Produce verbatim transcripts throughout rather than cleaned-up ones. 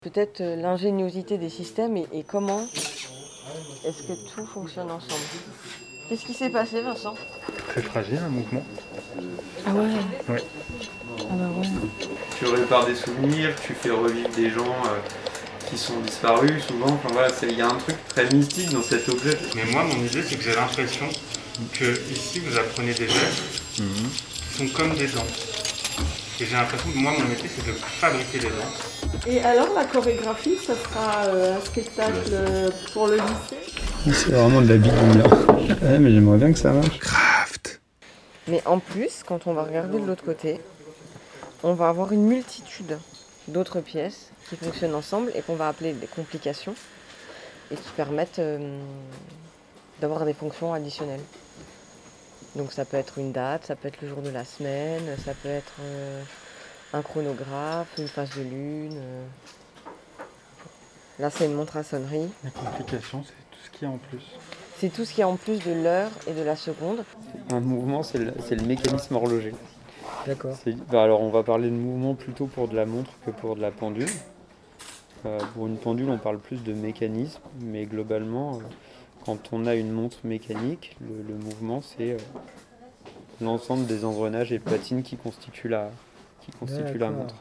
Peut-être euh, l'ingéniosité des systèmes et, et comment est-ce que tout fonctionne ensemble. Qu'est-ce qui s'est passé, Vincent? Très fragile, un mouvement. Ah ouais. Ouais. Ah bah ouais. Tu répares des souvenirs, tu fais revivre des gens euh, qui sont disparus souvent. Enfin voilà, il y a un truc très mystique dans cet objet. Mais moi, mon idée, c'est que j'ai l'impression que ici, vous apprenez des gestes Mmh. qui sont comme des danses. Et j'ai l'impression que moi, mon métier, c'est de fabriquer des danses. Et alors, la chorégraphie, ça sera euh, un spectacle euh, pour le lycée? C'est vraiment de la bidouille là. Ouais, mais j'aimerais bien que ça marche. Craft. Mais en plus, quand on va regarder de l'autre côté, on va avoir une multitude d'autres pièces qui fonctionnent ensemble et qu'on va appeler des complications et qui permettent euh, d'avoir des fonctions additionnelles. Donc ça peut être une date, ça peut être le jour de la semaine, ça peut être euh, un chronographe, une phase de lune. euh. Là, c'est une montre à sonnerie. La complication, c'est tout ce qu'il y a en plus. C'est tout ce qui est en plus de l'heure et de la seconde. Un mouvement, c'est le, c'est le mécanisme horloger. D'accord. C'est- bah alors, on va parler de mouvement plutôt pour de la montre que pour de la pendule. Euh, pour une pendule, on parle plus de mécanisme, mais globalement, euh, quand on a une montre mécanique, le, le mouvement, c'est euh, l'ensemble des engrenages et platines qui constituent la, qui constituent la montre.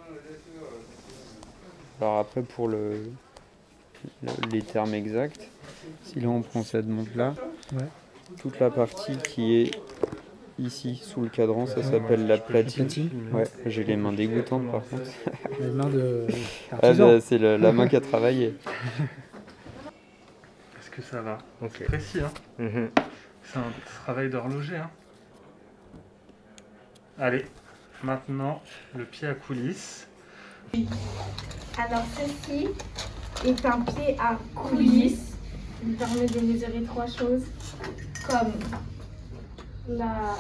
Alors après, pour le, le- les termes exacts, si là on prend cette montre-là, Ouais. toute la partie qui est ici sous le cadran, ça s'appelle la platine. platine. Ouais, j'ai les mains dégoûtantes par contre. Les mains de Ah, artisan. bah, c'est le- la main qui a travaillé. Est-ce que ça va? Ok. C'est précis, hein. Mhm. C'est un travail d'horloger, hein. Allez, maintenant, le pied à coulisses. Alors ceci est un pied à coulisses. Il permet de mesurer trois choses comme la,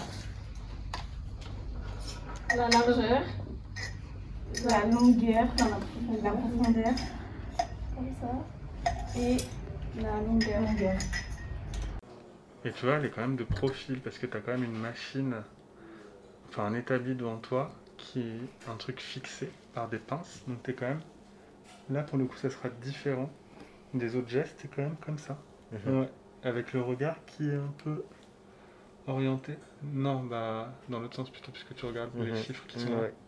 la largeur, la longueur, enfin, la profondeur, la profondeur, comme ça, et la longueur. longueur. Et tu vois, elle est quand même de profil parce que tu as quand même une machine, enfin un établi devant toi qui est un truc fixé par des pinces. Donc tu es quand même, là pour le coup, ça sera différent des autres gestes, c'est quand même comme ça. Mhm. Ouais. Avec le regard qui est un peu orienté. Non, bah dans l'autre sens plutôt, puisque tu regardes les Mhm. chiffres qui sont là. Ouais.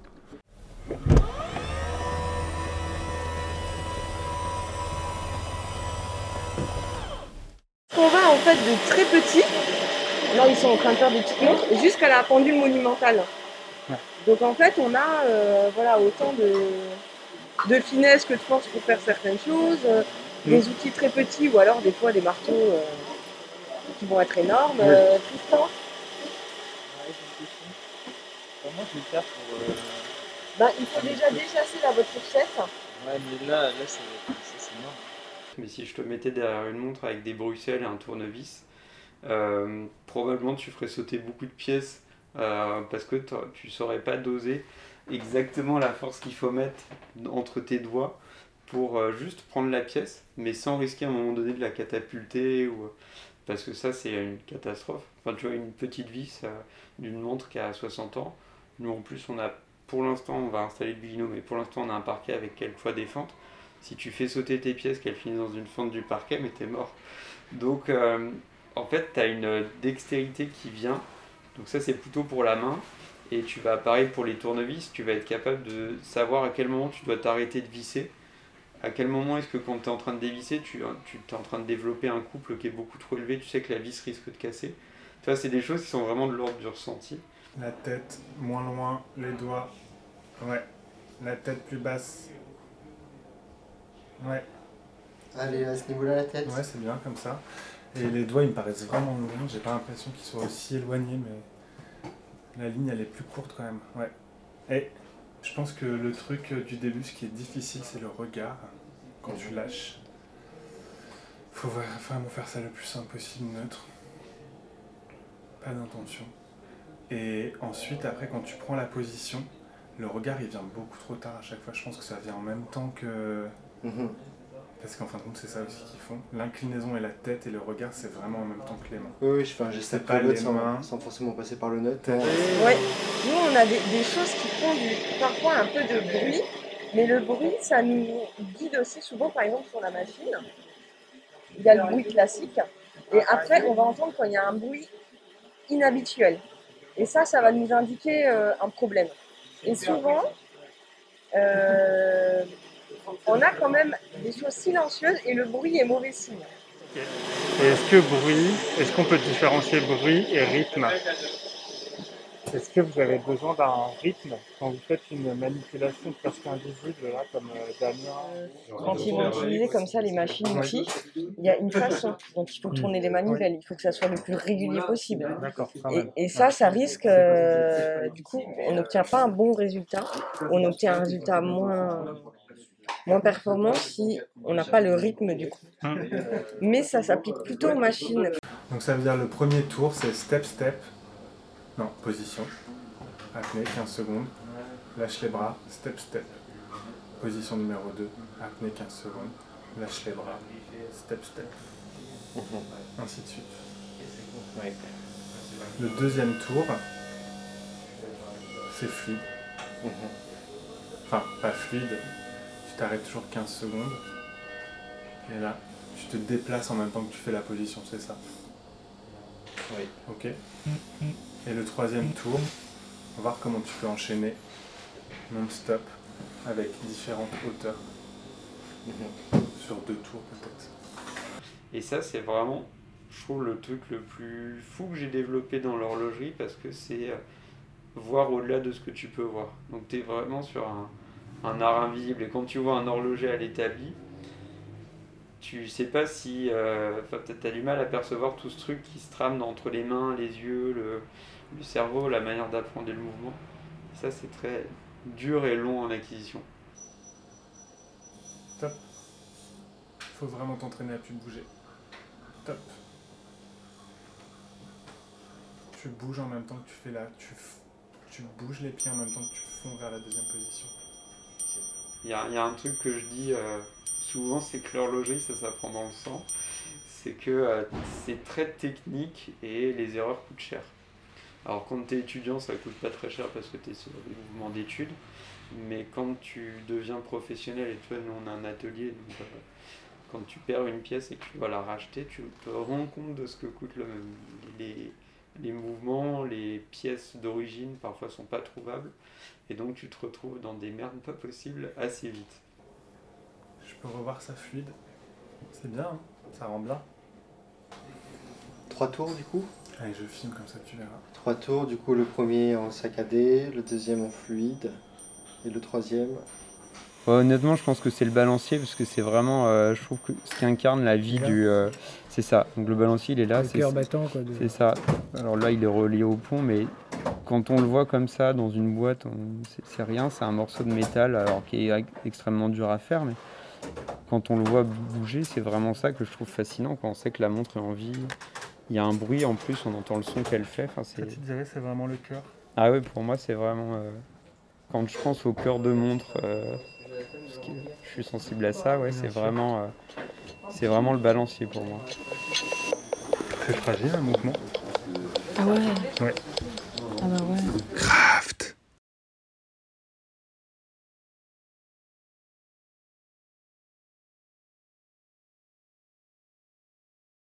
On va en fait de très petits, là ils sont en train de faire des petites montres, jusqu'à la pendule monumentale. Ouais. Donc en fait on a euh, voilà, autant de, de finesse que de force pour faire certaines choses, euh, Mm. des outils très petits ou alors des fois des marteaux euh, qui vont être énormes. Oui. Euh, Tristan, Comment je vais faire pour. Euh... ben, il faut déjà déchasser la votre fourchette. Ouais, mais là, là c'est, ça, c'est mort. Mais si je te mettais derrière une montre avec des bruxelles et un tournevis, euh, probablement tu ferais sauter beaucoup de pièces euh, parce que t'aurais- tu saurais pas doser exactement la force qu'il faut mettre entre tes doigts pour euh, juste prendre la pièce, mais sans risquer à un moment donné de la catapulter ou parce que ça c'est une catastrophe. Enfin tu vois, une petite vis euh, d'une montre qui a soixante ans. Nous en plus on a, pour l'instant on va installer le binôme, mais pour l'instant on a un parquet avec quelquefois des fentes. Si tu fais sauter tes pièces, qu'elles finissent dans une fente du parquet, mais t'es mort. Donc euh, en fait t'as une dextérité qui vient, donc ça c'est plutôt pour la main. Et tu vas, pareil pour les tournevis, tu vas être capable de savoir à quel moment tu dois t'arrêter de visser. À quel moment est-ce que quand tu es en train de dévisser, tu, tu es en train de développer un couple qui est beaucoup trop élevé, tu sais que la vis risque de casser. Tu vois, c'est des choses qui sont vraiment de l'ordre du ressenti. La tête moins loin, les doigts. Ouais. La tête plus basse. Ouais. Allez, à ce niveau-là, la tête. Ouais, c'est bien comme ça. Et les doigts, ils me paraissent vraiment loin. J'ai pas l'impression qu'ils soient aussi éloignés, mais la ligne, elle est plus courte quand même. Ouais. Et je pense que le truc du début, ce qui est difficile, c'est le regard. Quand tu lâches, faut vraiment faire ça le plus simple possible, neutre. Pas d'intention. Et ensuite, après, quand tu prends la position, le regard, il vient beaucoup trop tard à chaque fois. Je pense que ça vient en même temps que... Mhm. Parce qu'en fin de compte, c'est ça aussi qu'ils font. L'inclinaison et la tête et le regard, c'est vraiment en même temps que les mains. Oui, oui, je fais un geste C'est avec pas le note les sans, mains. sans forcément passer par le note. Ouais. Nous on a des, des choses qui font du, parfois un peu de bruit, Mais le bruit, ça nous guide aussi souvent, par exemple, sur la machine. Il y a le bruit classique. Et après, on va entendre quand il y a un bruit inhabituel. Et ça, ça va nous indiquer euh, un problème. Et souvent, euh, on a quand même des choses silencieuses et le bruit est mauvais signe. Et est-ce que bruit, est-ce qu'on peut différencier bruit et rythme? Est-ce que vous avez besoin d'un rythme quand vous faites une manipulation presque invisible, là, comme euh, Damien? Quand ils vont utiliser comme ça les machines-outils, il y a une façon dont il faut tourner les manivelles. Il faut que ça soit le plus régulier possible. D'accord, quand Et, même. et ça, ça risque, euh, du coup, on n'obtient pas un bon résultat. On obtient un résultat moins, moins performant si on n'a pas le rythme du coup. Mais ça s'applique plutôt aux machines. Donc ça veut dire le premier tour, c'est step, step. Non, position. Apnée, quinze secondes. Lâche les bras, step, step. Position numéro deux. Apnée, quinze secondes. Lâche les bras, step, step. Ainsi de suite. Ouais. Le deuxième tour, c'est fluide. Enfin, pas fluide. Tu t'arrêtes toujours quinze secondes. Et là, tu te déplaces en même temps que tu fais la position, c'est ça? Oui. Ok. Et le troisième tour, on va voir comment tu peux enchaîner non-stop avec différentes hauteurs. Sur deux tours peut-être. Et ça, c'est vraiment, je trouve, le truc le plus fou que j'ai développé dans l'horlogerie parce que c'est euh, voir au-delà de ce que tu peux voir. Donc tu es vraiment sur un, un art invisible. Et quand tu vois un horloger à l'établi, tu sais pas si... Euh, tu as du mal à percevoir tout ce truc qui se trame entre les mains, les yeux, le, le cerveau, la manière d'apprendre le mouvement. Et ça, c'est très dur et long en acquisition. Top. Faut vraiment t'entraîner à plus bouger. Top. Tu bouges en même temps que tu fais la... Tu, tu bouges les pieds en même temps que tu fonds vers la deuxième position. Il y a, y a un truc que je dis euh, souvent, c'est que l'horlogerie, ça s'apprend dans le sang. C'est que euh, c'est très technique et les erreurs coûtent cher. Alors quand tu es étudiant, ça coûte pas très cher parce que tu es sur des mouvements d'études. Mais quand tu deviens professionnel, et toi, nous on a un atelier, donc euh, quand tu perds une pièce et que tu vas la racheter, tu te rends compte de ce que coûtent le, les, les mouvements, les pièces d'origine parfois sont pas trouvables. Et donc tu te retrouves dans des merdes pas possibles assez vite. Je peux revoir ça fluide. C'est bien, hein, ça rend bien. Trois tours du coup. Allez, je filme comme ça tu verras. Trois tours, du coup le premier en saccadé, le deuxième en fluide et le troisième. Ouais, honnêtement, je pense que c'est le balancier parce que c'est vraiment, euh, je trouve que ce qui incarne la vie Là. du, euh, c'est ça. Donc le balancier, il est là, Le c'est cœur battant, quoi. de- c'est ça. Alors là, il est relié au pont, mais quand on le voit comme ça dans une boîte, on- c'est c'est rien, c'est un morceau de métal, alors qui est extrêmement dur à faire, mais quand on le voit bouger, c'est vraiment ça que je trouve fascinant. Quand on sait que la montre est en vie, il y a un bruit en plus, on entend le son qu'elle fait. Enfin, Ça, c'est... tu dirais, c'est vraiment le cœur. Ah ouais, pour moi, c'est vraiment. euh, Quand je pense au cœur de montre, euh, parce que je suis sensible à ça, ouais, c'est sûr. vraiment, euh, c'est vraiment le balancier pour moi. C'est fragile un mouvement. Ah ouais. Ouais. Ah bah ouais.